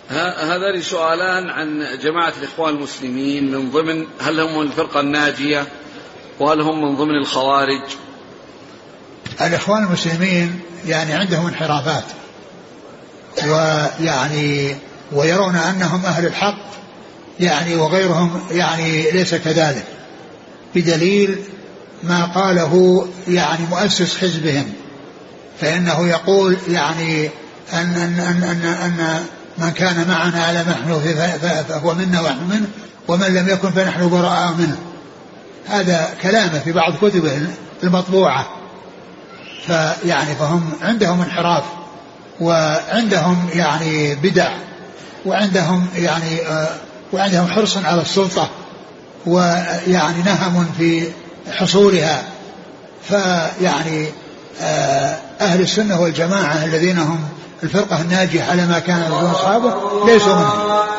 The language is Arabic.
هذا لي سؤالان عن جماعة الإخوان المسلمين، من ضمن هل هم الفرقة الناجية وهل هم من ضمن الخوارج؟ الإخوان المسلمين يعني عندهم انحرافات، ويعني ويرون أنهم أهل الحق يعني، وغيرهم يعني ليس كذلك، بدليل ما قاله يعني مؤسس حزبهم، فإنه يقول يعني أن من كان معنا على ما نحن فهو منا ونحن منه، ومن لم يكن فنحن براء منه. هذا كلامه في بعض كتبه المطبوعة. فيعني فهم عندهم انحراف، وعندهم يعني بدع، وعندهم يعني وعندهم حرص على السلطة، ويعني نهم في حصولها. فيعني أهل السنة والجماعة الذين هم الفرقة الناجية على ما كان يقولون أصحابه ليسوا منهم.